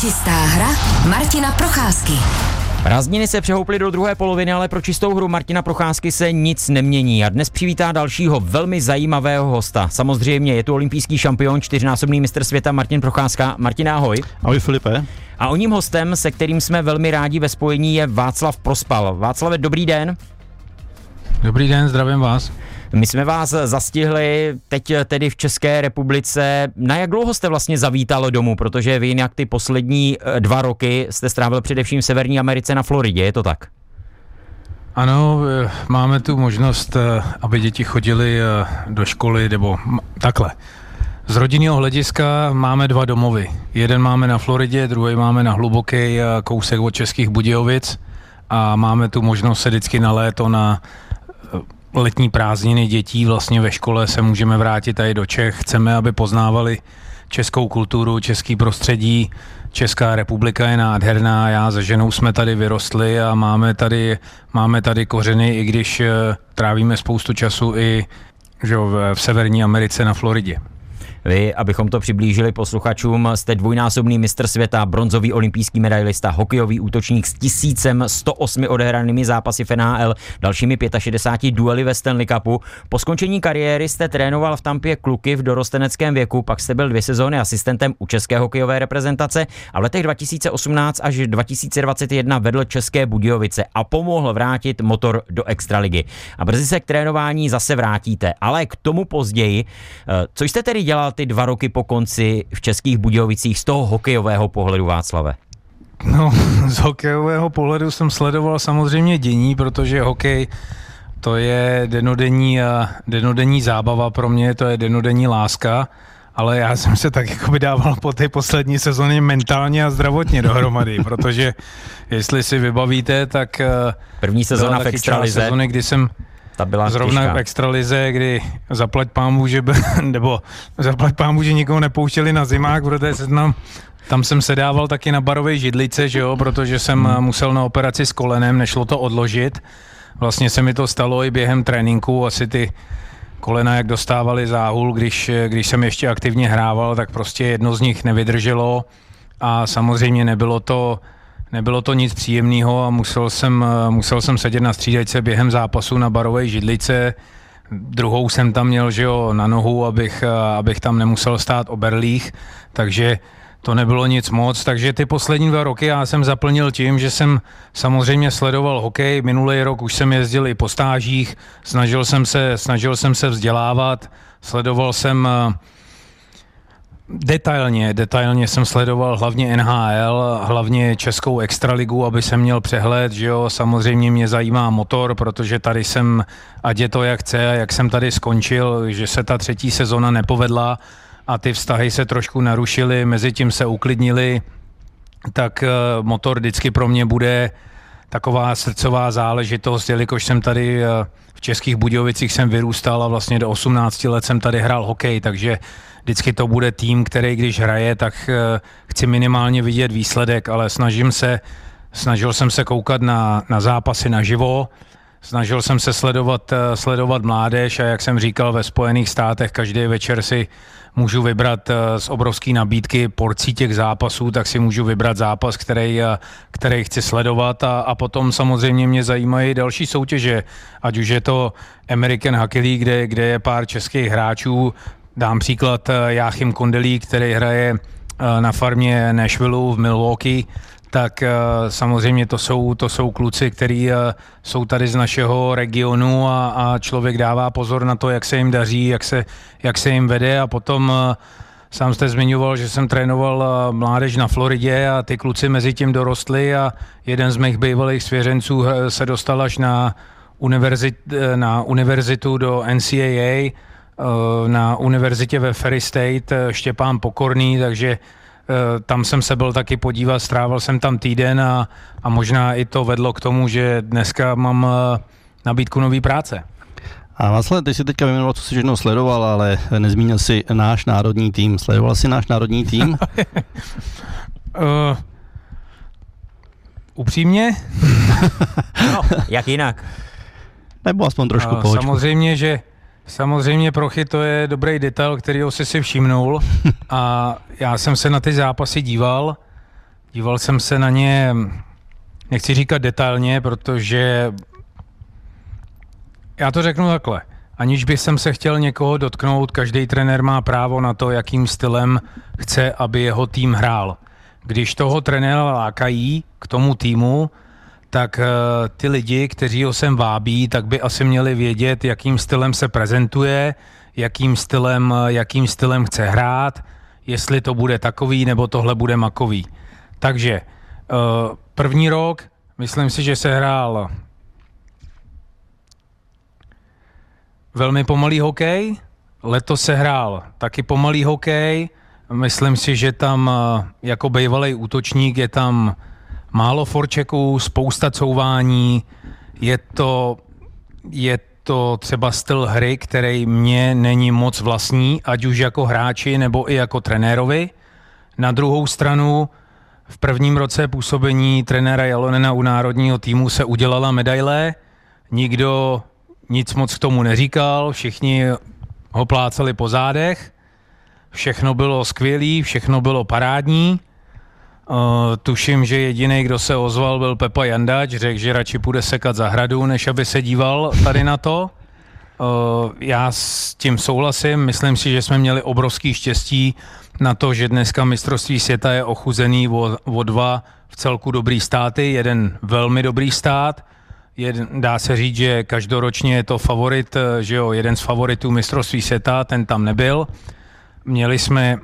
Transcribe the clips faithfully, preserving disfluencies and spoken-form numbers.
Čistá hra Martina Procházky. Prázdniny se přehouply do druhé poloviny, ale pro čistou hru Martina Procházky se nic nemění a dnes přivítá dalšího velmi zajímavého hosta. Samozřejmě je tu olympijský šampion, čtyřnásobný mistr světa Martin Procházka. Martin, ahoj. Ahoj, Filipe. A oním hostem, se kterým jsme velmi rádi ve spojení, je Václav Prospal. Václave, dobrý den. Dobrý den, zdravím vás. My jsme vás zastihli teď tedy v České republice. Na jak dlouho jste vlastně zavítal domů, protože vy jinak ty poslední dva roky jste strávil především v Severní Americe na Floridě, je to tak? Ano, máme tu možnost, aby děti chodily do školy, nebo takhle. Z rodinného hlediska máme dva domovy. Jeden máme na Floridě, druhý máme na hluboký kousek od Českých Budějovic a máme tu možnost se vždycky na léto na letní prázdniny dětí vlastně ve škole se můžeme vrátit tady do Čech. Chceme, aby poznávali českou kulturu, český prostředí. Česká republika je nádherná, já se ženou jsme tady vyrostli a máme tady, máme tady kořeny, i když trávíme spoustu času i že, v Severní Americe na Floridě. Vy, abychom to přiblížili posluchačům, jste dvojnásobný mistr světa, bronzový olympijský medailista, hokejový útočník s tisícem sto osmi odehranými zápasy v N H L, dalšími šedesáti pěti duely ve Stanley Cupu. Po skončení kariéry jste trénoval v Tampě kluky v dorosteneckém věku, pak jste byl dvě sezóny asistentem u české hokejové reprezentace a v letech dva tisíce osmnáct až dva tisíce dvacet jedna vedl České Budějovice a pomohl vrátit motor do extraligy. A brzy se k trénování zase vrátíte, ale k tomu později. Co jste tedy dělal ty dva roky po konci v Českých Budějovicích z toho hokejového pohledu, Václave? No, z hokejového pohledu jsem sledoval samozřejmě dění, protože hokej to je denodenní, denodenní zábava pro mě, to je denodenní láska, ale já jsem se tak jako by dával po té poslední sezóně mentálně a zdravotně dohromady, protože jestli si vybavíte, tak první sezóna v extralize, sezóny, kdy jsem ta byla zrovna těžká. V extralize, kdy zaplať pámu, že by, nebo zaplať pámu, že nikoho nepouštěli na zimák, protože se tam, tam jsem se dával taky na barové židlice, že jo, protože jsem hmm. musel na operaci s kolenem, nešlo to odložit. Vlastně se mi to stalo i během tréninku, asi ty kolena, jak dostávali záhul, když, když jsem ještě aktivně hrával, tak prostě jedno z nich nevydrželo a samozřejmě nebylo to Nebylo to nic příjemného a musel jsem, musel jsem sedět na střídačce během zápasu na barové židlice. Druhou jsem tam měl, že jo, na nohu, abych, abych tam nemusel stát o berlích, takže to nebylo nic moc. Takže ty poslední dva roky já jsem zaplnil tím, že jsem samozřejmě sledoval hokej. Minulý rok už jsem jezdil i po stážích, snažil jsem se, snažil jsem se vzdělávat, sledoval jsem Detailně, detailně jsem sledoval hlavně N H L, hlavně Českou extraligu, aby jsem měl přehled, že jo, samozřejmě mě zajímá motor, protože tady jsem, ať je to jak chce, a jak jsem tady skončil, že se ta třetí sezona nepovedla a ty vztahy se trošku narušily, mezi tím se uklidnili, tak motor vždycky pro mě bude taková srdcová záležitost, jelikož jsem tady v Českých Budějovicích jsem vyrůstal a vlastně do osmnácti let jsem tady hrál hokej, takže vždycky to bude tým, který když hraje, tak chci minimálně vidět výsledek, ale snažím se, snažil jsem se koukat na, na zápasy naživo, snažil jsem se sledovat, sledovat mládež a jak jsem říkal, ve Spojených státech každý večer si můžu vybrat z obrovské nabídky porcí těch zápasů, tak si můžu vybrat zápas, který, který chci sledovat a, a potom samozřejmě mě zajímají další soutěže, ať už je to American Hockey League, kde, kde je pár českých hráčů. Dám příklad Jáchym Kondelík, který hraje na farmě Nashville v Milwaukee, tak samozřejmě to jsou, to jsou kluci, kteří jsou tady z našeho regionu a, a člověk dává pozor na to, jak se jim daří, jak se, jak se jim vede a potom sám jste zmiňoval, že jsem trénoval mládež na Floridě a ty kluci mezi tím dorostli a jeden z mých bývalých svěřenců se dostal až na, univerzit, na univerzitu do N C A A, na univerzitě ve Ferry State, Štěpán Pokorný, takže tam jsem se byl taky podívat, strávil jsem tam týden a, a možná i to vedlo k tomu, že dneska mám nabídku nový práce. A Václav, ty jsi teďka vyjmenoval, co jsi všechno sledoval, ale nezmínil si náš národní tým. Sledoval jsi náš národní tým? uh, upřímně? No, jak jinak? Nebo aspoň trošku uh, pohočku. Samozřejmě, že Samozřejmě Prochy, to je dobrý detail, kterýho jsi si všimnul a já jsem se na ty zápasy díval, díval jsem se na ně, nechci říkat detailně, protože já to řeknu takhle. Aniž bych jsem se chtěl někoho dotknout, každý trenér má právo na to, jakým stylem chce, aby jeho tým hrál. Když toho trenéra lákají k tomu týmu, tak uh, ty lidi, kteří ho sem vábí, tak by asi měli vědět, jakým stylem se prezentuje, jakým stylem, jakým stylem chce hrát, jestli to bude takový, nebo tohle bude makový. Takže uh, první rok, myslím si, že se hrál velmi pomalý hokej, letos se hrál taky pomalý hokej, myslím si, že tam uh, jako bývalý útočník je tam málo forčeků, spousta couvání, je to, je to třeba styl hry, který mně není moc vlastní, ať už jako hráči nebo i jako trenérovi. Na druhou stranu v prvním roce působení trenéra Jalonena u národního týmu se udělala medaile, nikdo nic moc k tomu neříkal, všichni ho plácali po zádech, všechno bylo skvělý, všechno bylo parádní. Uh, tuším, že jediný, kdo se ozval, byl Pepa Jandač, řekl, že radši půjde sekat zahradu, než aby se díval tady na to. Uh, já s tím souhlasím, myslím si, že jsme měli obrovský štěstí na to, že dneska mistrovství světa je ochuzený o, o dva v celku dobrý státy, jeden velmi dobrý stát, jeden, dá se říct, že každoročně je to favorit, že jo, jeden z favoritů mistrovství světa, ten tam nebyl. Měli jsme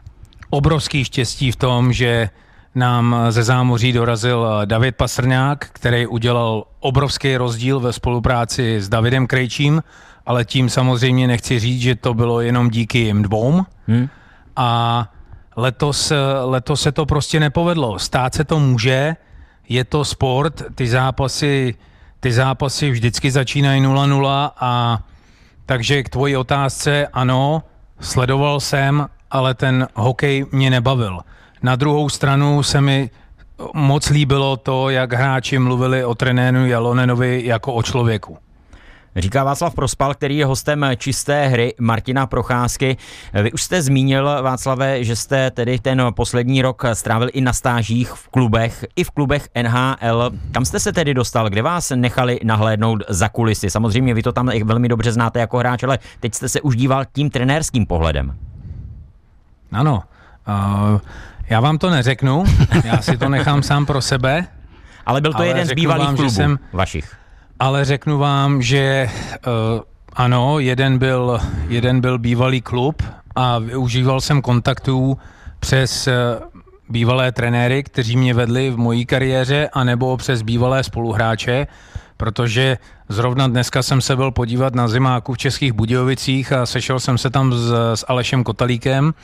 obrovský štěstí v tom, že nám ze zámoří dorazil David Pastrňák, který udělal obrovský rozdíl ve spolupráci s Davidem Krejčím, ale tím samozřejmě nechci říct, že to bylo jenom díky jim dvou. Hmm. A letos, letos se to prostě nepovedlo. Stát se to může, je to sport, ty zápasy, ty zápasy vždycky začínají nula nula a takže k tvojí otázce ano, sledoval jsem, ale ten hokej mě nebavil. Na druhou stranu se mi moc líbilo to, jak hráči mluvili o trenéru Jalonenovi jako o člověku. Říká Václav Prospal, který je hostem Čisté hry Martina Procházky. Vy už jste zmínil, Václave, že jste tedy ten poslední rok strávil i na stážích v klubech, i v klubech N H L. Kam jste se tedy dostal? Kde vás nechali nahlédnout za kulisy? Samozřejmě vy to tam velmi dobře znáte jako hráč, ale teď jste se už díval tím trenérským pohledem. Ano. Uh, já vám to neřeknu, já si to nechám sám pro sebe. Ale byl to ale jeden z bývalých vám, klubů jsem, vašich. Ale řeknu vám, že uh, ano, jeden byl, jeden byl bývalý klub a využíval jsem kontaktů přes uh, bývalé trenéry, kteří mě vedli v mojí kariéře, anebo přes bývalé spoluhráče, protože zrovna dneska jsem se byl podívat na zimáku v Českých Budějovicích a sešel jsem se tam s, s Alešem Kotalíkem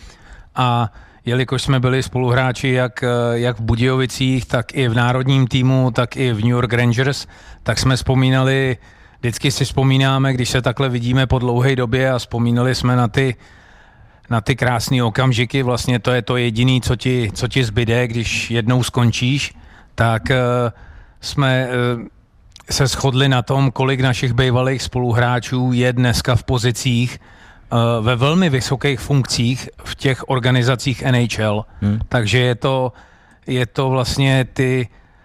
a jelikož jsme byli spoluhráči jak, jak v Budějovicích, tak i v národním týmu, tak i v New York Rangers, tak jsme vzpomínali, vždycky si vzpomínáme, když se takhle vidíme po dlouhé době a vzpomínali jsme na ty, na ty krásné okamžiky, vlastně to je to jediné, co ti, co ti zbyde, když jednou skončíš, tak uh, jsme uh, se shodli na tom, kolik našich bývalých spoluhráčů je dneska v pozicích, ve velmi vysokých funkcích v těch organizacích N H L. Hmm. Takže je to, je to vlastně ty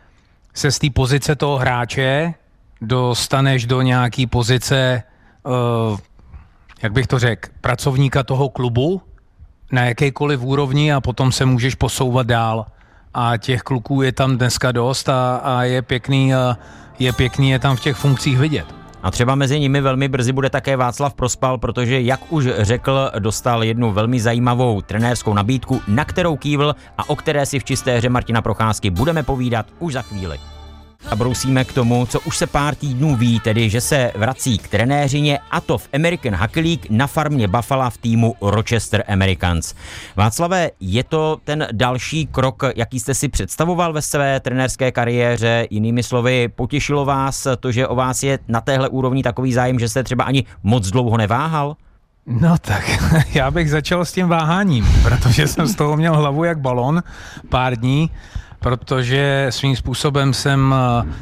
se z té pozice toho hráče dostaneš do nějaký pozice, uh, jak bych to řekl, pracovníka toho klubu na jakékoliv úrovni a potom se můžeš posouvat dál. A těch kluků je tam dneska dost a, a je pěkný, a je pěkný je tam v těch funkcích vidět. A třeba mezi nimi velmi brzy bude také Václav Prospal, protože, jak už řekl, dostal jednu velmi zajímavou trenérskou nabídku, na kterou kývl a o které si v Čisté hře Martina Procházky budeme povídat už za chvíli. A brousíme k tomu, co už se pár týdnů ví, tedy že se vrací k trenéřině, a to v American Hockey League na farmě Buffalo v týmu Rochester Americans. Václave, je to ten další krok, jaký jste si představoval ve své trenérské kariéře? Jinými slovy, potěšilo vás to, že o vás je na téhle úrovni takový zájem, že jste třeba ani moc dlouho neváhal? No tak, já bych začal s tím váháním, protože jsem z toho měl hlavu jak balon pár dní, protože svým způsobem jsem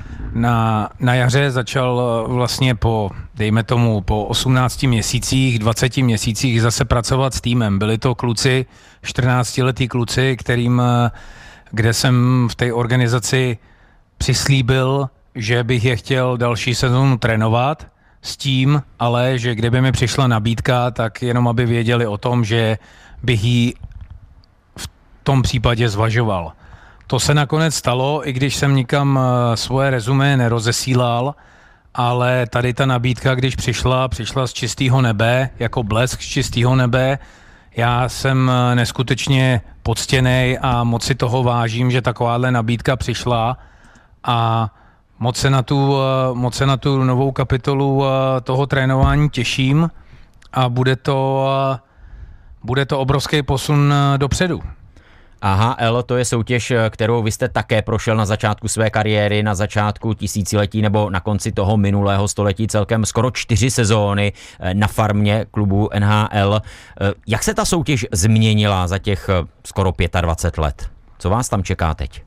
na, na jaře začal vlastně po, dejme tomu, po osmnácti měsících, dvaceti měsících zase pracovat s týmem. Byli to kluci, čtrnáctiletí kluci, kterým, kde jsem v té organizaci přislíbil, že bych je chtěl další sezónu trénovat, s tím ale, že kdyby mi přišla nabídka, tak jenom aby věděli o tom, že bych ji v tom případě zvažoval. To se nakonec stalo, i když jsem nikam svoje rezumé nerozesílal, ale tady ta nabídka, když přišla, přišla z čistého nebe, jako blesk z čistého nebe. Já jsem neskutečně poctěnej a moc si toho vážím, že takováhle nabídka přišla a moc se na tu, moc se na tu novou kapitolu toho trénování těším a bude to, bude to obrovský posun dopředu. A H L to je soutěž, kterou vy jste také prošel na začátku své kariéry, na začátku tisíciletí nebo na konci toho minulého století, celkem skoro čtyři sezóny na farmě klubu N H L. Jak se ta soutěž změnila za těch skoro dvacet pět let? Co vás tam čeká teď?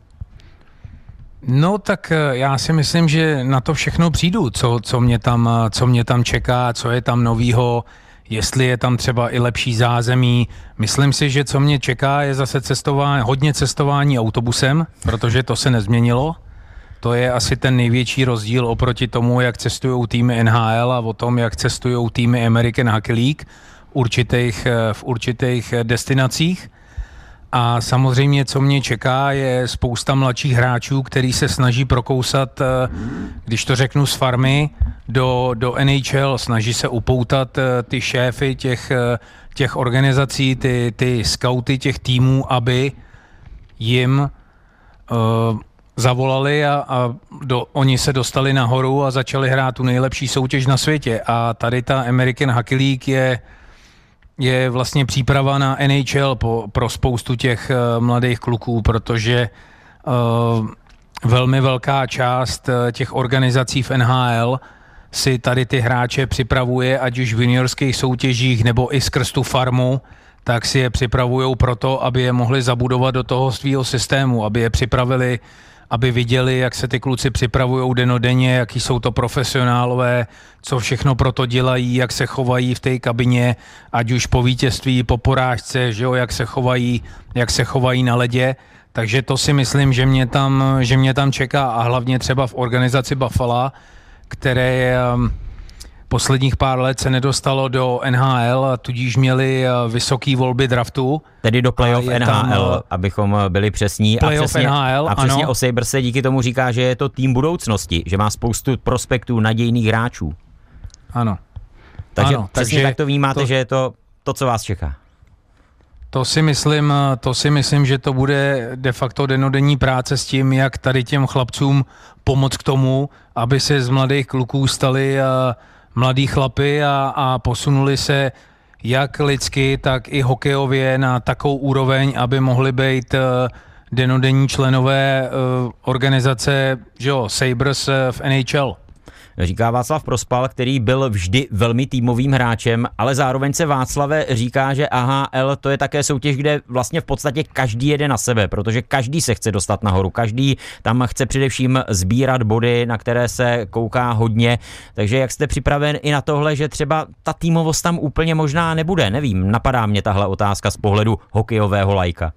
No tak já si myslím, že na to všechno přijdu, co, co, mě tam, co mě tam čeká, co je tam novýho, jestli je tam třeba i lepší zázemí. Myslím si, že co mě čeká je zase cestování, hodně cestování autobusem, protože to se nezměnilo. To je asi ten největší rozdíl oproti tomu, jak cestují týmy N H L a o tom, jak cestují týmy American Hockey League určitých, v určitých destinacích. A samozřejmě, co mě čeká, je spousta mladších hráčů, který se snaží prokousat, když to řeknu z farmy, do, do N H L, snaží se upoutat ty šéfy těch, těch organizací, ty, ty skauty těch týmů, aby jim uh, zavolali a, a do, oni se dostali nahoru a začali hrát tu nejlepší soutěž na světě. A tady ta American Hockey League je je vlastně příprava na N H L po, pro spoustu těch uh, mladých kluků, protože uh, velmi velká část uh, těch organizací v N H L si tady ty hráče připravuje, ať už v juniorských soutěžích nebo i skrz tu farmu, tak si je připravujou proto, aby je mohli zabudovat do toho svého systému, aby je připravili, aby viděli, jak se ty kluci připravujou dennodenně, jaký jsou to profesionálové, co všechno pro to dělají, jak se chovají v té kabině, ať už po vítězství, po porážce, že jo, jak se chovají, jak se chovají na ledě. Takže to si myslím, že mě tam, že mě tam čeká a hlavně třeba v organizaci Buffalo, které je posledních pár let se nedostalo do N H L a tudíž měli vysoký volby draftu. Tedy do playoff N H L, tam, abychom byli přesní. A přesně, N H L, a přesně ano. O Sabres se díky tomu říká, že je to tým budoucnosti, že má spoustu prospektů, nadějných hráčů. Ano. Takže ano, přesně takže tak to vnímáte, to, že je to to, co vás čeká. To si myslím, to si myslím, že to bude de facto dennodenní práce s tím, jak tady těm chlapcům pomoct k tomu, aby se z mladých kluků stali mladí chlapi a, a posunuli se jak lidsky, tak i hokejově na takovou úroveň, aby mohli být uh, dennodenní členové uh, organizace, že jo, Sabres uh, v N H L. Říká Václav Prospal, který byl vždy velmi týmovým hráčem, ale zároveň se Václave říká, že A H L to je také soutěž, kde vlastně v podstatě každý jede na sebe, protože každý se chce dostat nahoru, každý tam chce především sbírat body, na které se kouká hodně, takže jak jste připraven i na tohle, že třeba ta týmovost tam úplně možná nebude, nevím, napadá mě tahle otázka z pohledu hokejového laika.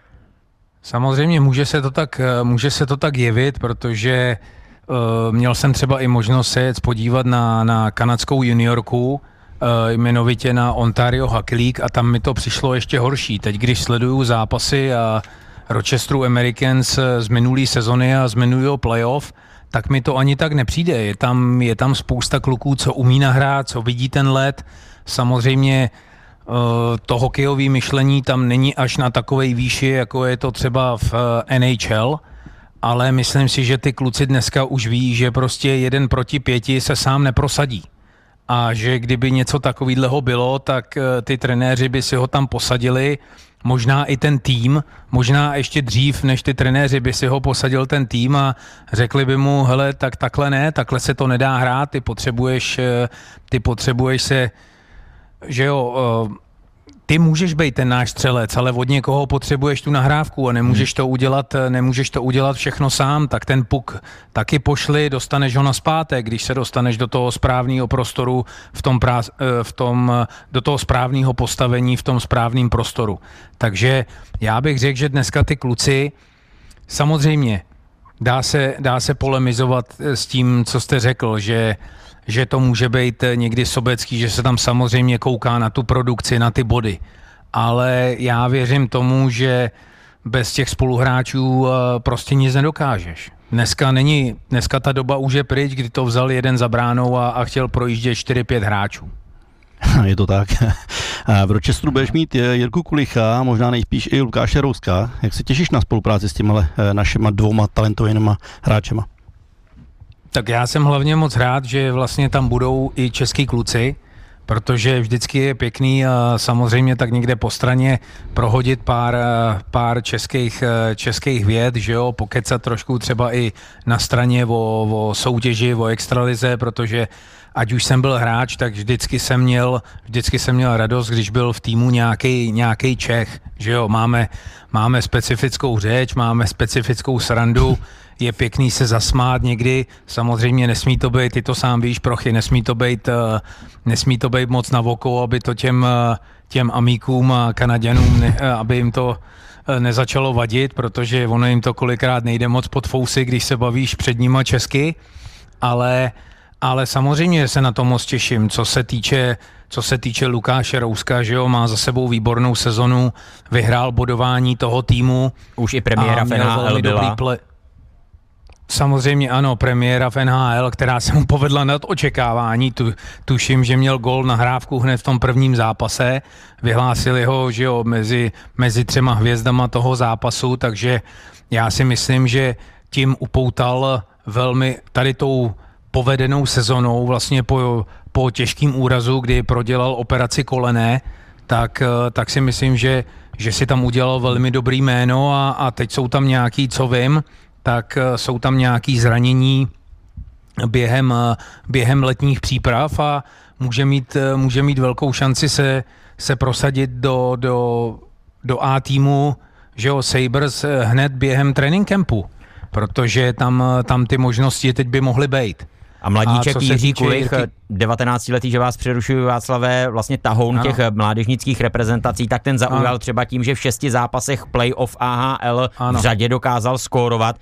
Samozřejmě může se to tak, může se to tak jevit, protože Uh, měl jsem třeba i možnost se jet podívat na, na kanadskou juniorku, uh, jmenovitě na Ontario Hockey League a tam mi to přišlo ještě horší. Teď, když sleduju zápasy a Rochesteru Americans z minulý sezony a z minulého playoff, tak mi to ani tak nepřijde. Je tam, je tam spousta kluků, co umí nahrát, co vidí ten led. Samozřejmě uh, to hokejové myšlení tam není až na takové výši, jako je to třeba v uh, N H L, ale myslím si, že ty kluci dneska už ví, že prostě jeden proti pěti se sám neprosadí. A že kdyby něco takového bylo, tak ty trenéři by si ho tam posadili, možná i ten tým, možná ještě dřív, než ty trenéři by si ho posadil ten tým a řekli by mu, hele, tak takhle ne, takhle se to nedá hrát, ty potřebuješ, ty potřebuješ se, že jo, ty můžeš být ten náš střelec, ale od někoho potřebuješ tu nahrávku a nemůžeš to udělat, nemůžeš to udělat všechno sám, tak ten puk taky pošli, dostaneš ho nazpátek, když se dostaneš do toho správného prostoru, v tom, prá, v tom do toho správného postavení, v tom správném prostoru. Takže já bych řekl, že dneska ty kluci samozřejmě dá se, dá se polemizovat s tím, co jste řekl, že, že to může být někdy sobecký, že se tam samozřejmě kouká na tu produkci, na ty body. Ale já věřím tomu, že bez těch spoluhráčů prostě nic nedokážeš. Dneska není, dneska ta doba už je pryč, kdy to vzal jeden za bránou a, a chtěl projíždět čtyři pět hráčů. Je to tak. V Rochesteru budeš mít Jirku Kulicha, možná nejspíš i Lukáše Rouska. Jak se těšíš na spolupráci s těma našima dvouma talentovanýma hráčema? Tak já jsem hlavně moc rád, že vlastně tam budou i český kluci, protože vždycky je pěkný a samozřejmě tak někde po straně prohodit pár, pár českých, českých věd, že jo, pokecat trošku třeba i na straně o, o soutěži, o extralize, protože ať už jsem byl hráč, tak vždycky jsem měl, vždycky jsem měl radost, když byl v týmu nějaký nějaký Čech, že jo, máme, máme specifickou řeč, máme specifickou srandu, je pěkný se zasmát někdy, samozřejmě nesmí to být, ty to sám víš, Prochy, nesmí to být, nesmí to být moc na oko, aby to těm, těm amíkům a Kanaďanům, ne, aby jim to nezačalo vadit, protože ono jim to kolikrát nejde moc pod fousy, když se bavíš před nima česky, ale Ale samozřejmě se na to moc těším, co se týče, co se týče Lukáše Rouska, že jo, má za sebou výbornou sezonu, vyhrál bodování toho týmu. Už i premiéra v N H L byla. Ple... Samozřejmě ano, premiéra v N H L, která se mu povedla nad očekávání. Tu, tuším, že měl gól nahrávku hned v tom prvním zápase. Vyhlásili ho, že jo, mezi, mezi třema hvězdama toho zápasu, takže já si myslím, že tím upoutal velmi tady tou povedenou sezonou, vlastně po, po těžkým úrazu, kdy prodělal operaci kolene, tak, tak si myslím, že, že si tam udělal velmi dobrý jméno a, a teď jsou tam nějaký, co vím, tak jsou tam nějaký zranění během, během letních příprav a může mít, může mít velkou šanci se, se prosadit do, do, do A týmu, že jo, Sabres hned během trénink campu, protože tam, tam ty možnosti teď by mohly být. A mladíček a Jiří Kulich, devatenáctiletý, že vás přerušuju, Václavé, vlastně tahoun ano. těch mládežnických reprezentací, tak ten zaujal ano. třeba tím, že v šesti zápasech playoff A H L ano. v řadě dokázal skórovat.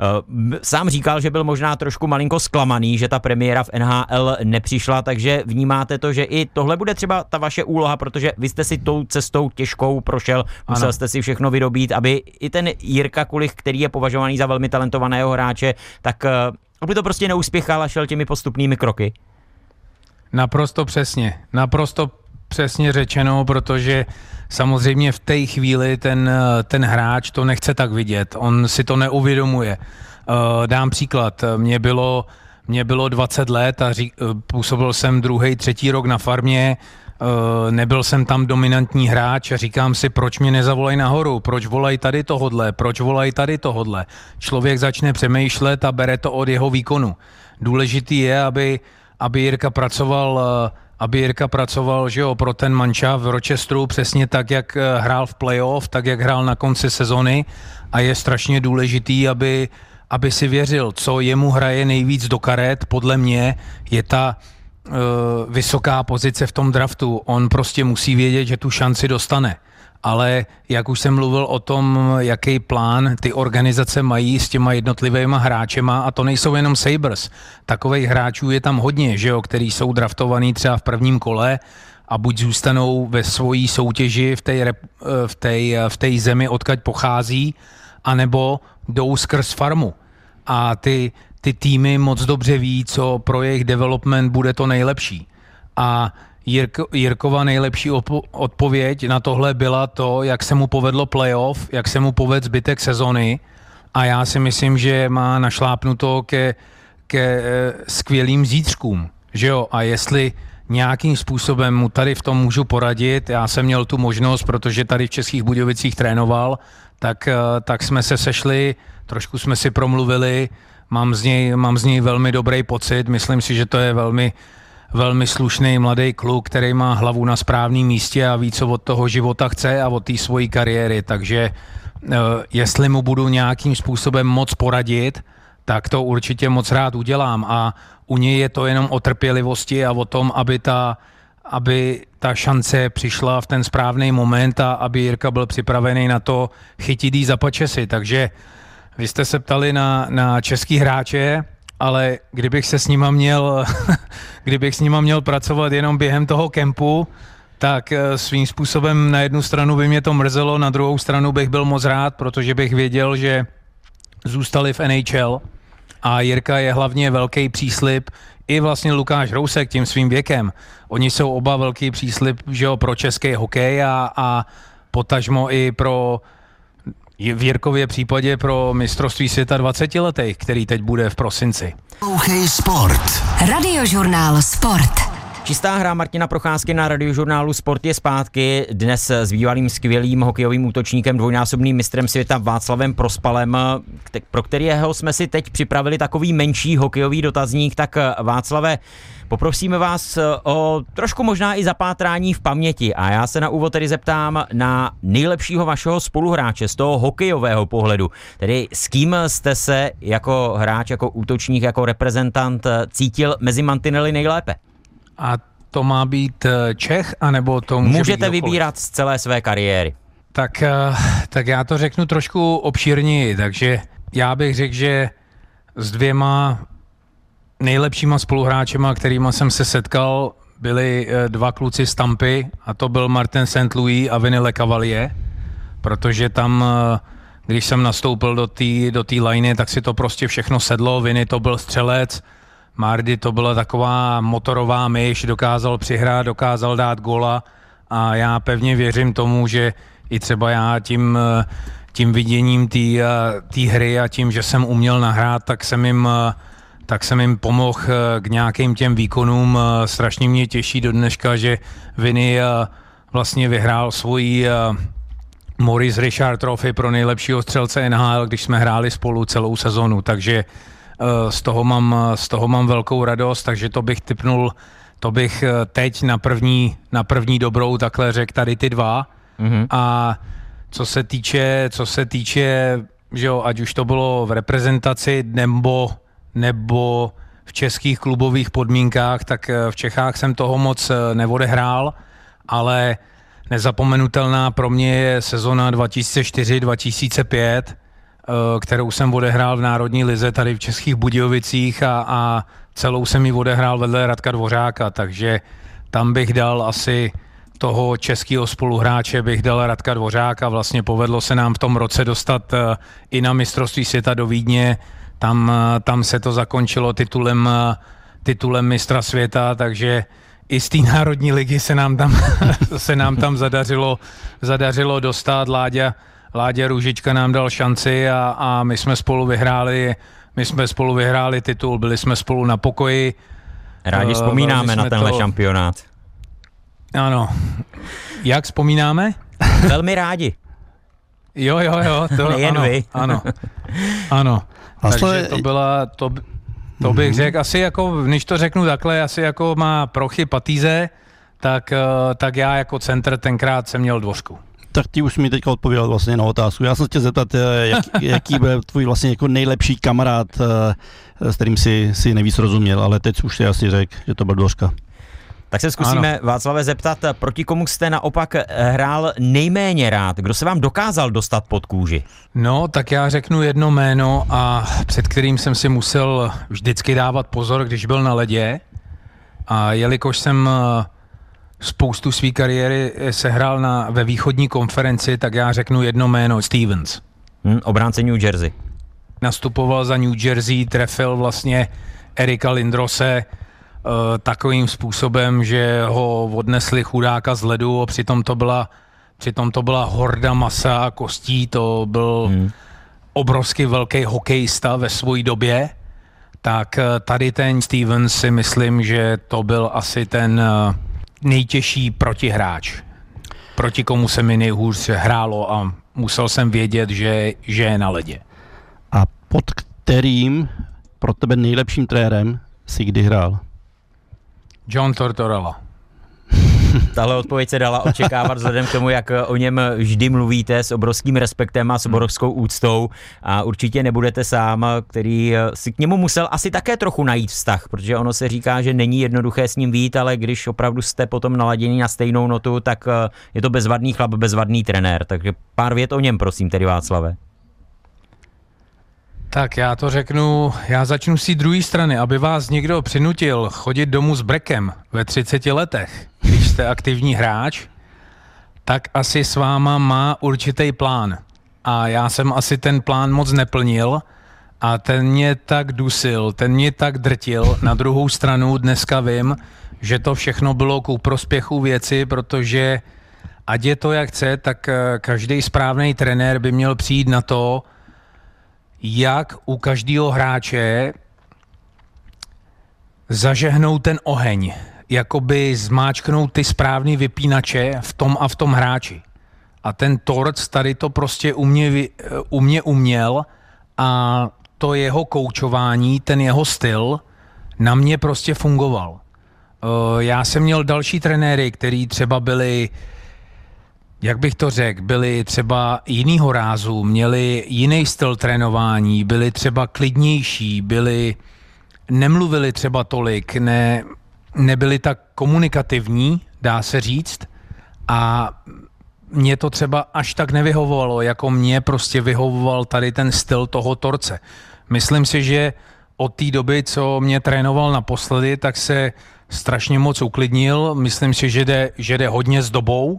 Sám říkal, že byl možná trošku malinko zklamaný, že ta premiéra v N H L nepřišla, takže vnímáte to, že i tohle bude třeba ta vaše úloha, protože vy jste si tou cestou těžkou prošel, musel ano. jste si všechno vydobít, aby i ten Jirka Kulich, který je považovaný za velmi talentovaného hráče, tak aby to prostě neuspěchal a šel těmi postupnými kroky? Naprosto přesně. Naprosto přesně řečeno, protože samozřejmě v té chvíli ten, ten hráč to nechce tak vidět. On si to neuvědomuje. Dám příklad. Mně bylo, mně bylo dvacet let a ří, působil jsem druhý, třetí rok na farmě. Nebyl jsem tam dominantní hráč a říkám si, proč mě nezavolají nahoru, proč volají tady tohodle, proč volají tady tohodle. Člověk začne přemýšlet a bere to od jeho výkonu. Důležitý je, aby, aby Jirka pracoval, aby Jirka pracoval, že jo, pro ten manča v Rochesteru přesně tak, jak hrál v playoff, tak, jak hrál na konci sezony a je strašně důležitý, aby, aby si věřil, co jemu hraje nejvíc do karet, podle mě je ta vysoká pozice v tom draftu. On prostě musí vědět, že tu šanci dostane. Ale jak už jsem mluvil o tom, jaký plán ty organizace mají s těma jednotlivýma hráčema, a to nejsou jenom Sabres. Takových hráčů je tam hodně, že jo, který jsou draftovaný třeba v prvním kole a buď zůstanou ve svojí soutěži v té v té, v té zemi, odkud pochází, anebo jdou skrz farmu. A ty ty týmy moc dobře ví, co pro jejich development bude to nejlepší. A Jirko, Jirkova nejlepší opo- odpověď na tohle byla to, jak se mu povedlo playoff, jak se mu povedl zbytek sezony a já si myslím, že má našlápnuto ke, ke skvělým zítřkům. Že jo? A jestli nějakým způsobem mu tady v tom můžu poradit, já jsem měl tu možnost, protože tady v Českých Budějovicích trénoval, tak, tak jsme se sešli, trošku jsme si promluvili. Mám z něj, mám z něj velmi dobrý pocit, myslím si, že to je velmi, velmi slušný mladý kluk, který má hlavu na správném místě a ví, co od toho života chce a od té svojí kariéry, takže uh, jestli mu budu nějakým způsobem moc poradit, tak to určitě moc rád udělám a u něj je to jenom o trpělivosti a o tom, aby ta, aby ta šance přišla v ten správný moment a aby Jirka byl připravený na to chytit jí za pačesy, takže vy jste se ptali na, na český hráče, ale kdybych se s nima měl, kdybych s nima měl pracovat jenom během toho kempu, tak svým způsobem na jednu stranu by mě to mrzelo, na druhou stranu bych byl moc rád, protože bych věděl, že zůstali v N H L a Jirka je hlavně velký příslib, i vlastně Lukáš Rousek tím svým věkem. Oni jsou oba velký příslib, že jo, pro český hokej a, a potažmo i pro v Jirkově případě pro mistrovství světa dvacetiletých, který teď bude v prosinci. Poslouchej Sport. Radiožurnál Sport. Čistá hra Martina Procházky na Radiožurnálu Sport je zpátky. Dnes s bývalým skvělým hokejovým útočníkem, dvojnásobným mistrem světa Václavem Prospalem, pro kterého jsme si teď připravili takový menší hokejový dotazník. Tak Václave, poprosíme vás o trošku možná i zapátrání v paměti a já se na úvod tedy zeptám na nejlepšího vašeho spoluhráče z toho hokejového pohledu. Tedy s kým jste se jako hráč, jako útočník, jako reprezentant cítil mezi mantinely nejlépe? A to má být Čech, anebo to může Můžete být vybírat z celé své kariéry. Tak, tak já to řeknu trošku obšírněji, takže já bych řekl, že s dvěma nejlepšíma spoluhráčema, kterýma jsem se setkal, byli dva kluci z Tampy a to byl Martin Saint Louis a Vinny LeCavalier, protože tam, když jsem nastoupil do té do té liney, tak si to prostě všechno sedlo. Vinny to byl střelec, Mardy to byla taková motorová myš, dokázal přihrát, dokázal dát góla a já pevně věřím tomu, že i třeba já tím, tím viděním té hry a tím, že jsem uměl nahrát, tak jsem jim, tak jsem jim pomohl k nějakým těm výkonům. Strašně mě těší do dneška, že Vinny vlastně vyhrál svoji Maurice Richard Trophy pro nejlepšího střelce N H L, když jsme hráli spolu celou sezonu, takže Z toho, mám, z toho mám velkou radost, takže to bych tipnul, to bych teď na první, na první dobrou takhle řekl tady ty dva. Mm-hmm. A co se týče, co se týče, že jo, ať už to bylo v reprezentaci nebo, nebo v českých klubových podmínkách, tak v Čechách jsem toho moc neodehrál, ale nezapomenutelná pro mě je sezona dva tisíce čtyři dva tisíce pět, kterou jsem odehrál v Národní lize tady v Českých Budějovicích a, a celou jsem ji odehrál vedle Radka Dvořáka, takže tam bych dal asi toho českého spoluhráče, bych dal Radka Dvořáka. Vlastně povedlo se nám v tom roce dostat i na mistrovství světa do Vídně, tam, tam se to zakončilo titulem, titulem mistra světa, takže i z té Národní ligy se nám tam, se nám tam zadařilo, zadařilo dostat. Láďa Láďa Růžička nám dal šanci a, a my jsme spolu vyhráli, my jsme spolu vyhráli titul, byli jsme spolu na pokoji. Rádi vzpomínáme na tenhle to... šampionát. Ano. Jak vzpomínáme? Velmi rádi. Jo, jo, jo. To, Nejen ano, vy. Ano, ano. Vlastně... Takže to byla, to, to bych řekl, asi jako, když to řeknu takhle, asi jako má Prochy Patíze, tak, tak já jako centr tenkrát jsem měl Dvořku. Tak ty už mi teďka odpověděl vlastně na otázku. Já jsem chtěl zeptat, jak, jaký byl tvůj vlastně jako nejlepší kamarád, s kterým si, si nejvíc rozuměl, ale teď už si asi řekl, že to byl Dvořka. Tak se zkusíme, ano. Václave, zeptat, proti komu jste naopak hrál nejméně rád? Kdo se vám dokázal dostat pod kůži? No, tak já řeknu jedno jméno, a před kterým jsem si musel vždycky dávat pozor, když byl na ledě. A jelikož jsem spoustu své kariéry sehrál na, ve východní konferenci, tak já řeknu jedno jméno, Stevens. Hmm, obránce New Jersey. Nastupoval za New Jersey, trefil vlastně Erika Lindrose uh, takovým způsobem, že ho odnesli chudáka z ledu a přitom to byla, přitom to byla horda masa a kostí, to byl hmm. obrovský velký hokejista ve své době. Tak uh, tady ten Stevens si myslím, že to byl asi ten uh, nejtěžší protihráč, proti komu se mi nejhůř hrálo a musel jsem vědět, že, že je na ledě. A pod kterým pro tebe nejlepším trenérem jsi kdy hrál? John Tortorella. Tahle odpověď se dala očekávat vzhledem k tomu, jak o něm vždy mluvíte s obrovským respektem a s obrovskou úctou a určitě nebudete sám, který si k němu musel asi také trochu najít vztah, protože ono se říká, že není jednoduché s ním vyjít, ale když opravdu jste potom naladěni na stejnou notu, tak je to bezvadný chlap, bezvadný trenér, takže pár vět o něm, prosím, tedy Václave. Tak já to řeknu, já začnu z té druhé strany, aby vás někdo přinutil chodit domů s brekem ve třiceti letech, když jste aktivní hráč, tak asi s váma má určitý plán. A já jsem asi ten plán moc neplnil a ten mě tak dusil, ten mě tak drtil. Na druhou stranu dneska vím, že to všechno bylo ku prospěchu věci, protože ať je to jak chce, tak každý správný trenér by měl přijít na to, jak u každého hráče zažehnout ten oheň, jakoby zmáčknout ty správný vypínače v tom a v tom hráči. A ten Torc tady to prostě u mě, u mě uměl a to jeho koučování, ten jeho styl na mě prostě fungoval. Já jsem měl další trenéry, který třeba byli, jak bych to řekl, byli třeba jinýho rázu, měli jiný styl trénování, byli třeba klidnější, byli, nemluvili třeba tolik, ne, nebyli tak komunikativní, dá se říct, a mě to třeba až tak nevyhovovalo, jako mě prostě vyhovoval tady ten styl toho Torce. Myslím si, že od té doby, co mě trénoval naposledy, tak se strašně moc uklidnil. Myslím si, že jde, že jde hodně s dobou.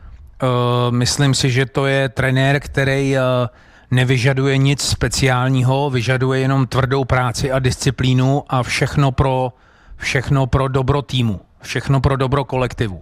Uh, myslím si, že to je trenér, který uh, nevyžaduje nic speciálního, vyžaduje jenom tvrdou práci a disciplínu a všechno pro, všechno pro dobro týmu, všechno pro dobro kolektivu.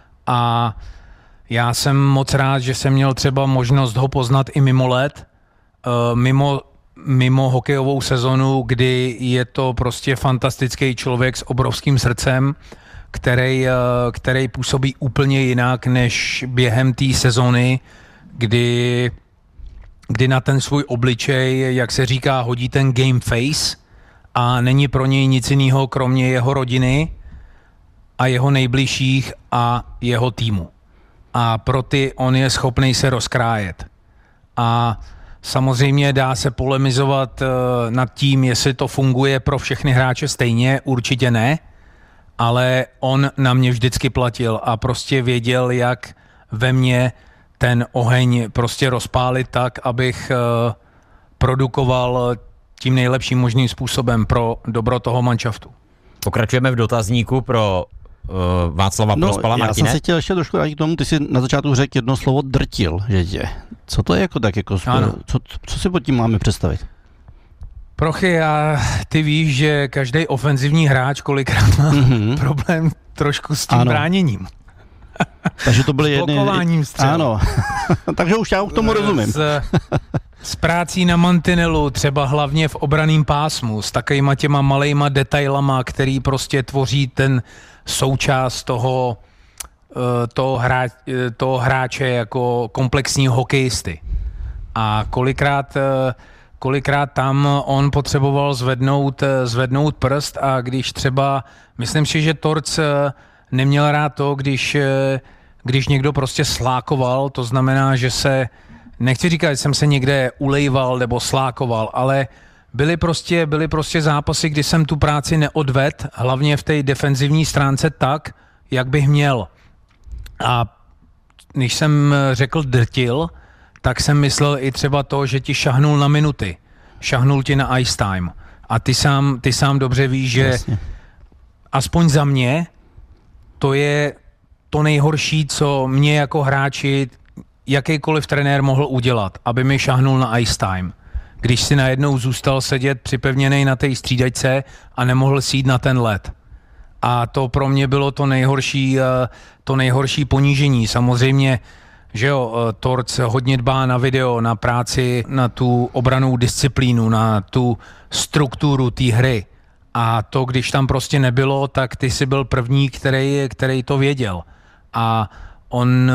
A já jsem moc rád, že jsem měl třeba možnost ho poznat i mimo let, uh, mimo, mimo hokejovou sezonu, kdy je to prostě fantastický člověk s obrovským srdcem, který, který působí úplně jinak než během té sezony, kdy, kdy na ten svůj obličej, jak se říká, hodí ten game face a není pro něj nic jiného, kromě jeho rodiny a jeho nejbližších a jeho týmu. A pro ty on je schopný se rozkrájet. A samozřejmě dá se polemizovat nad tím, jestli to funguje pro všechny hráče stejně, určitě ne, ale on na mě vždycky platil a prostě věděl, jak ve mně ten oheň prostě rozpálit tak, abych uh, produkoval tím nejlepším možným způsobem pro dobro toho manšaftu. Pokračujeme v dotazníku pro uh, Václava no, Prospala. Já Martine? jsem se chtěl ještě trošku vrátit k tomu, ty jsi na začátku řekl jedno slovo drtil, že tě. Co to je jako tak, jako, co, co si pod tím máme představit? Prochy, já, ty víš, že každý ofenzivní hráč kolikrát má mm-hmm. problém trošku s tím ano. bráněním. Takže to byly jedny... S blokováním střel. Ano, takže už já k tomu rozumím. S, s prácí na mantinelu, třeba hlavně v obraném pásmu, s takovýma těma malejma detailama, který prostě tvoří ten součást toho, toho, hráč, toho hráče jako komplexního hokejisty. A kolikrát... kolikrát tam on potřeboval zvednout, zvednout prst a když třeba, myslím si, že Torc neměl rád to, když, když někdo prostě slákoval, to znamená, že se, nechci říkat, že jsem se někde ulejval nebo slákoval, ale byly prostě, byly prostě zápasy, kdy jsem tu práci neodvedl, hlavně v té defenzivní stránce tak, jak bych měl. A když jsem řekl drtil, tak jsem myslel i třeba to, že ti šahnul na minuty. Šahnul ti na ice time. A ty sám, ty sám dobře víš, že Jasně. aspoň za mě to je to nejhorší, co mě jako hráči jakýkoliv trenér mohl udělat, aby mi šahnul na ice time. Když si najednou zůstal sedět připevněnej na té střídačce a nemohl si jít na ten led. A to pro mě bylo to nejhorší, to nejhorší ponížení. Samozřejmě že jo, Torc hodně dbá na video, na práci, na tu obranou disciplínu, na tu strukturu té hry. A to, když tam prostě nebylo, tak ty jsi byl první, který, který to věděl. A on,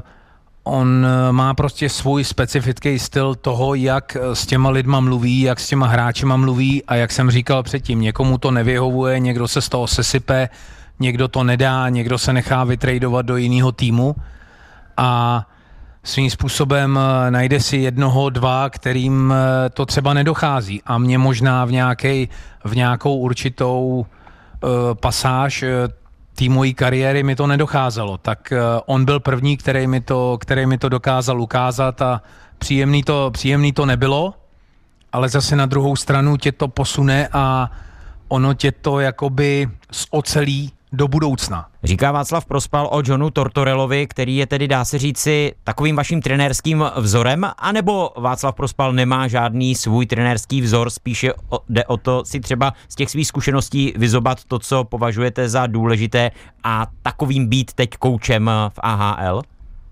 on má prostě svůj specifický styl toho, jak s těma lidma mluví, jak s těma hráčema mluví a jak jsem říkal předtím, někomu to nevyhovuje, někdo se z toho sesype, někdo to nedá, někdo se nechá vytradovat do jiného týmu. A svým způsobem najde si jednoho, dva, kterým to třeba nedochází. A mě možná v, nějakej, v nějakou určitou uh, pasáž té mojí kariéry mi to nedocházelo. Tak uh, on byl první, který mi, to, který mi to dokázal ukázat a příjemný to, příjemný to nebylo, ale zase na druhou stranu tě to posune a ono tě to jakoby zocelí do budoucna. Říká Václav Prospal o Johnu Tortorelovi, který je tedy, dá se říci, takovým vaším trenérským vzorem, anebo Václav Prospal nemá žádný svůj trenérský vzor, spíše jde o to si třeba z těch svých zkušeností vyzobat to, co považujete za důležité a takovým být teď koučem v A H L?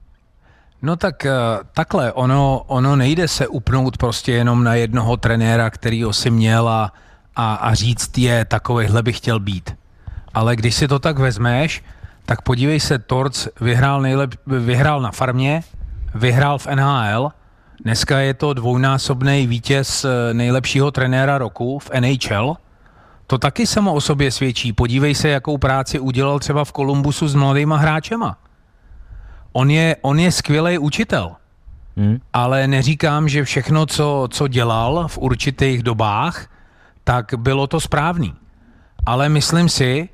No tak takhle, ono, ono nejde se upnout prostě jenom na jednoho trenéra, kterýho si měl a, a, a říct je, takovejhle bych chtěl být. Ale když si to tak vezmeš, tak podívej se, Torc vyhrál, nejlep, vyhrál na farmě, vyhrál v N H L, dneska je to dvojnásobný vítěz nejlepšího trenéra roku v N H L. To taky samo o sobě svědčí. Podívej se, jakou práci udělal třeba v Columbusu s mladýma hráčema. On je, on je skvělý učitel, hmm. ale neříkám, že všechno, co, co dělal v určitých dobách, tak bylo to správný. Ale myslím si,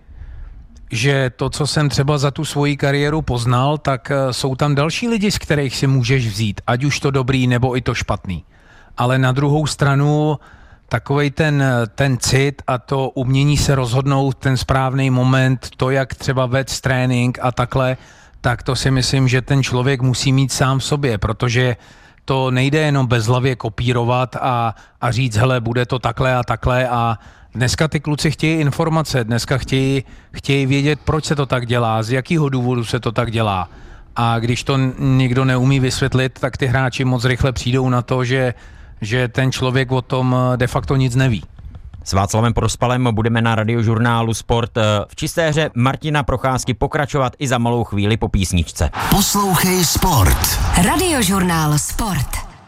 že to, co jsem třeba za tu svoji kariéru poznal, tak jsou tam další lidi, z kterých si můžeš vzít, ať už to dobrý, nebo i to špatný. Ale na druhou stranu takovej ten, ten cit a to umění se rozhodnout, ten správný moment, to, jak třeba vést trénink a takhle, tak to si myslím, že ten člověk musí mít sám v sobě, protože to nejde jenom bezhlavě kopírovat a, a říct, hele, bude to takhle a takhle a dneska ty kluci chtějí informace, dneska chtějí, chtějí vědět, proč se to tak dělá, z jakého důvodu se to tak dělá. A když to někdo neumí vysvětlit, tak ty hráči moc rychle přijdou na to, že, že ten člověk o tom de facto nic neví. S Václavem Prospalem budeme na Radiožurnálu Sport v čisté hře Martina Procházky pokračovat i za malou chvíli po písničce. Poslouchej Sport. Radiožurnál Sport.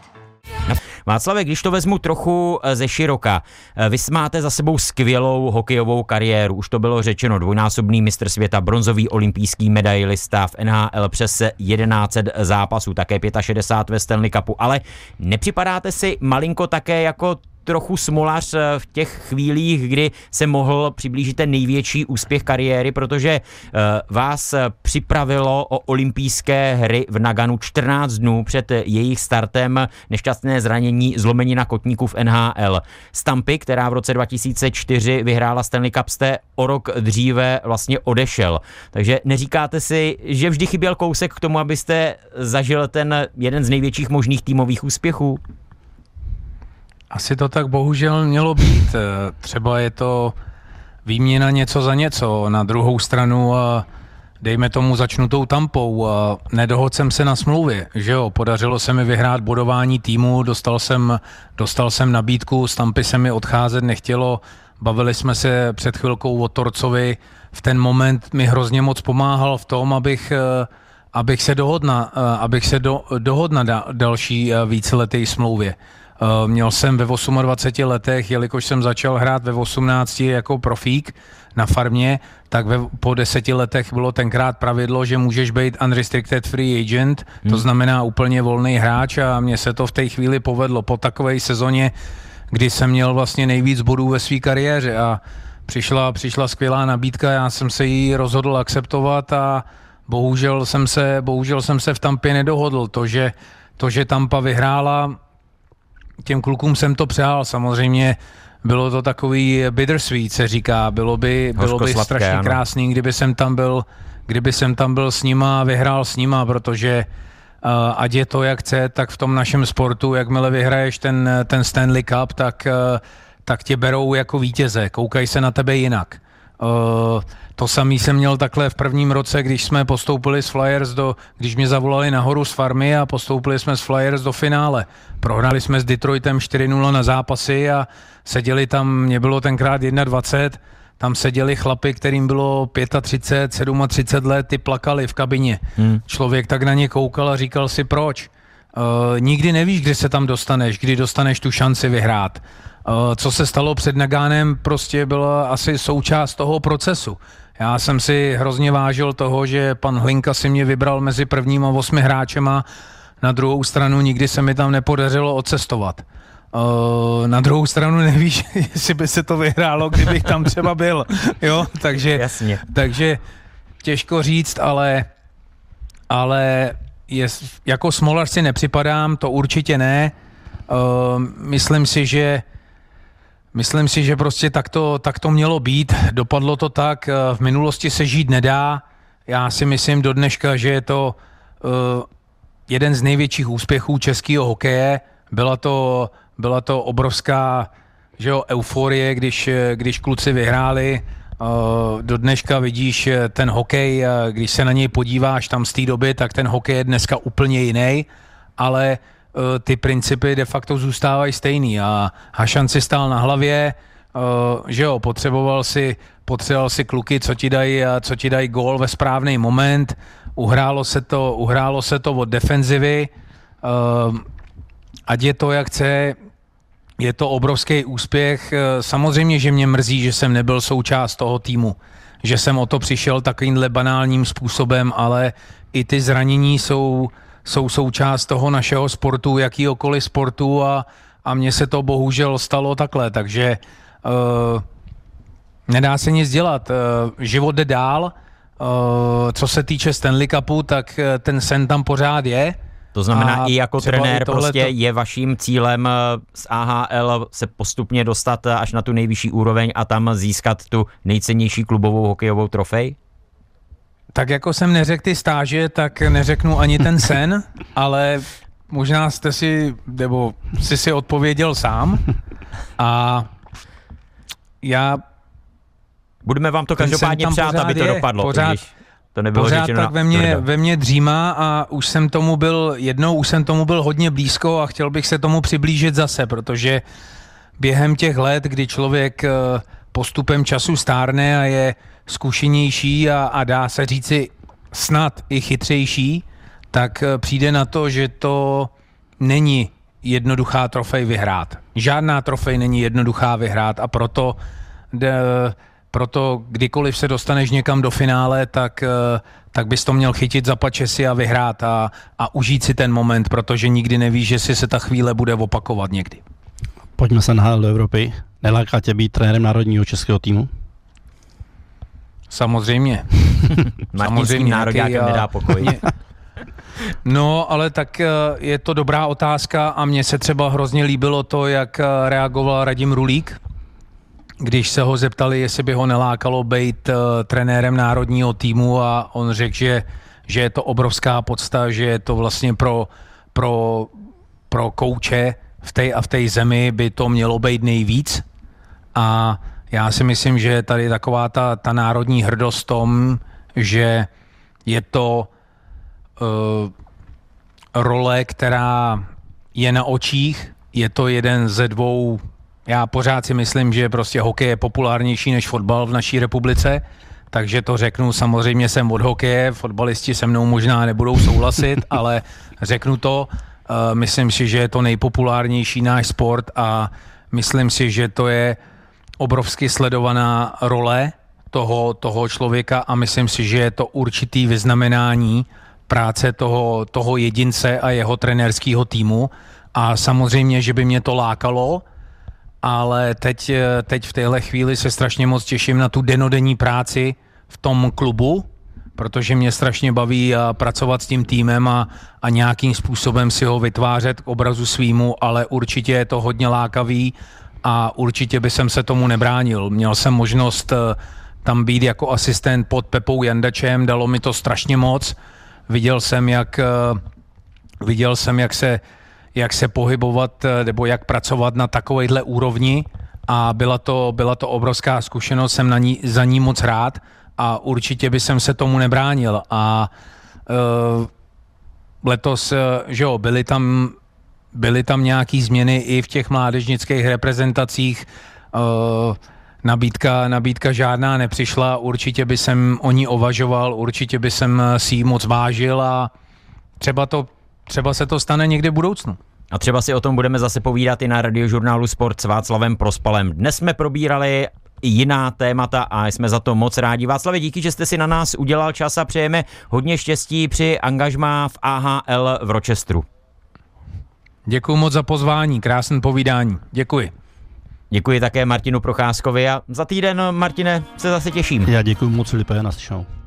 Václave, když to vezmu trochu ze široka, vy máte za sebou skvělou hokejovou kariéru, už to bylo řečeno, dvojnásobný mistr světa, bronzový olympijský medailista v N H L přes tisíc set zápasů, také šedesát pět ve Stanley Cupu, ale nepřipadáte si malinko také jako trochu smolař v těch chvílích, kdy se mohl přiblížit ten největší úspěch kariéry, protože vás připravilo o olympijské hry v Naganu čtrnáct dnů před jejich startem nešťastné zranění zlomenina kotníků v N H L. Z Tampy, která v roce dva tisíce čtyři vyhrála Stanley Cup, jste o rok dříve vlastně odešel. Takže neříkáte si, že vždy chyběl kousek k tomu, abyste zažil ten jeden z největších možných týmových úspěchů? Asi to tak bohužel mělo být. Třeba je to výměna něco za něco. Na druhou stranu, dejme tomu, začnu tou Tampou. Nedohodl jsem se na smlouvě, že jo. Podařilo se mi vyhrát bodování týmu, dostal jsem, dostal jsem nabídku, z Tampy se mi odcházet nechtělo. Bavili jsme se před chvilkou o Torcovi. V ten moment mi hrozně moc pomáhal v tom, abych, abych se dohodl na, abych se do, dohodl na další víceletý smlouvě. Uh, měl jsem ve dvaceti osmi letech, jelikož jsem začal hrát ve osmnácti jako profík na farmě, tak ve, po deseti letech bylo tenkrát pravidlo, že můžeš být unrestricted free agent, hmm. to znamená úplně volný hráč a mně se to v té chvíli povedlo po takové sezóně, kdy jsem měl vlastně nejvíc bodů ve své kariéře a přišla, přišla skvělá nabídka, já jsem se ji rozhodl akceptovat a bohužel jsem se, bohužel jsem se v Tampě nedohodl. To, že, to, že Tampa vyhrála, těm klukům jsem to přál, samozřejmě bylo to takový bittersweet, se říká, bylo by, bylo by strašně ano. krásný, kdyby jsem tam byl, kdyby jsem tam byl s nima a vyhrál s nima, protože uh, ať je to jak chce, tak v tom našem sportu, jakmile vyhraješ ten, ten Stanley Cup, tak, uh, tak tě berou jako vítěze, koukají se na tebe jinak. Uh, to samý jsem měl takhle v prvním roce, když jsme postoupili s Flyers do, když mě zavolali nahoru z farmy a postoupili jsme s Flyers do finále. Prohráli jsme s Detroitem čtyři nula na zápasy a seděli tam, mě bylo tenkrát dvacet jedna, tam seděli chlapi, kterým bylo třicet pět, třicet sedm let, ty plakali v kabině. Hmm. Člověk tak na ně koukal a říkal si proč. Uh, nikdy nevíš, kdy se tam dostaneš, kdy dostaneš tu šanci vyhrát. Uh, co se stalo před Naganem, prostě byla asi součást toho procesu. Já jsem si hrozně vážil toho, že pan Hlinka si mě vybral mezi prvníma osmi hráčema, na druhou stranu nikdy se mi tam nepodařilo odcestovat. Uh, na druhou stranu nevíš, jestli by se to vyhrálo, kdybych tam třeba byl. Jo, takže, Jasně. takže těžko říct, ale, ale je, jako smolař si nepřipadám, to určitě ne, Uh, myslím si, že myslím si, že prostě tak to, tak to mělo být. Dopadlo to tak. V minulosti se žít nedá. Já si myslím do dneška, že je to uh, jeden z největších úspěchů českého hokeje. Byla to, byla to obrovská, že jo, euforie, když, když kluci vyhráli. Uh, do dneška vidíš ten hokej, uh, když se na něj podíváš tam z té doby, tak ten hokej je dneska úplně jiný, ale uh, ty principy de facto zůstávají stejný. A Hašan si stál na hlavě, uh, že jo, potřeboval si, potřeboval si kluky, co ti dají, co ti dají gól ve správný moment. Uhrálo se to, uhrálo se to od defenzivy. Uh, ať je to, jak chce, je to obrovský úspěch. Samozřejmě, že mě mrzí, že jsem nebyl součást toho týmu, že jsem o to přišel takovýmhle banálním způsobem, ale i ty zranění jsou, jsou součást toho našeho sportu, jakýhokoliv sportu a, a mně se to bohužel stalo takhle, takže uh, nedá se nic dělat. Uh, život jde dál, uh, co se týče Stanley Cupu, tak ten sen tam pořád je. To znamená, a i jako trenér i prostě je vaším cílem z A H L se postupně dostat až na tu nejvyšší úroveň a tam získat tu nejcennější klubovou hokejovou trofej? Tak jako jsem neřekl ty stáže, tak neřeknu ani ten sen, ale možná jste si, nebo jsi si odpověděl sám a já... Budeme vám to každopádně přát, aby to je, dopadlo. Pořád, když to nebylo pořád tak ve mně, ve mně dřímá a už jsem tomu byl, jednou už jsem tomu byl hodně blízko a chtěl bych se tomu přiblížit zase, protože během těch let, kdy člověk postupem času stárne a je zkušenější a, a dá se říci snad i chytřejší, tak přijde na to, že to není jednoduchá trofej vyhrát. Žádná trofej není jednoduchá vyhrát a proto de, Proto kdykoliv se dostaneš někam do finále, tak, tak bys to měl chytit za pačesy a vyhrát a, a užít si ten moment, protože nikdy nevíš, že si se ta chvíle bude opakovat někdy. Pojďme se nahádat do Evropy. Neláká tě být trenérem národního českého týmu? Samozřejmě. Martinským národňákem nedá pokoj. No, ale tak je to dobrá otázka a mně se třeba hrozně líbilo to, jak reagoval Radim Rulík, když se ho zeptali, jestli by ho nelákalo být uh, trenérem národního týmu a on řekl, že, že je to obrovská podsta, že je to vlastně pro, pro, pro kouče v té a v té zemi by to mělo být nejvíc. A já si myslím, že je tady taková ta, ta národní hrdost v tom, že je to uh, role, která je na očích, je to jeden ze dvou. Já pořád si myslím, že prostě hokej je populárnější než fotbal v naší republice, takže to řeknu, samozřejmě jsem od hokeje, fotbalisti se mnou možná nebudou souhlasit, ale řeknu to, uh, myslím si, že je to nejpopulárnější náš sport a myslím si, že to je obrovsky sledovaná role toho, toho člověka a myslím si, že je to určitý vyznamenání práce toho, toho jedince a jeho trenérského týmu a samozřejmě, že by mě to lákalo, ale teď, teď v téhle chvíli se strašně moc těším na tu denodenní práci v tom klubu, protože mě strašně baví pracovat s tím týmem a, a nějakým způsobem si ho vytvářet k obrazu svýmu, ale určitě je to hodně lákavý a určitě by jsem se tomu nebránil. Měl jsem možnost tam být jako asistent pod Pepou Jandačem, dalo mi to strašně moc. Viděl jsem, jak, viděl jsem, jak se jak se pohybovat nebo jak pracovat na takovejhle úrovni a byla to, byla to obrovská zkušenost, jsem na ní, za ní moc rád a určitě by jsem se tomu nebránil a uh, letos, že jo, byly tam, byly tam nějaký změny i v těch mládežnických reprezentacích, uh, nabídka, nabídka žádná nepřišla, určitě by jsem o ní uvažoval, určitě by jsem si ji moc vážil a třeba to Třeba se to stane někde v budoucnu. A třeba si o tom budeme zase povídat i na Radiožurnálu Sport s Václavem Prospalem. Dnes jsme probírali jiná témata a jsme za to moc rádi. Václave, díky, že jste si na nás udělal čas a přejeme hodně štěstí při angažmá v A H L v Rochesteru. Děkuji moc za pozvání, krásné povídání. Děkuji. Děkuji také Martinu Procházkovi a za týden, Martine, se zase těším. Já děkuji moc, Filipe, naslyšenou.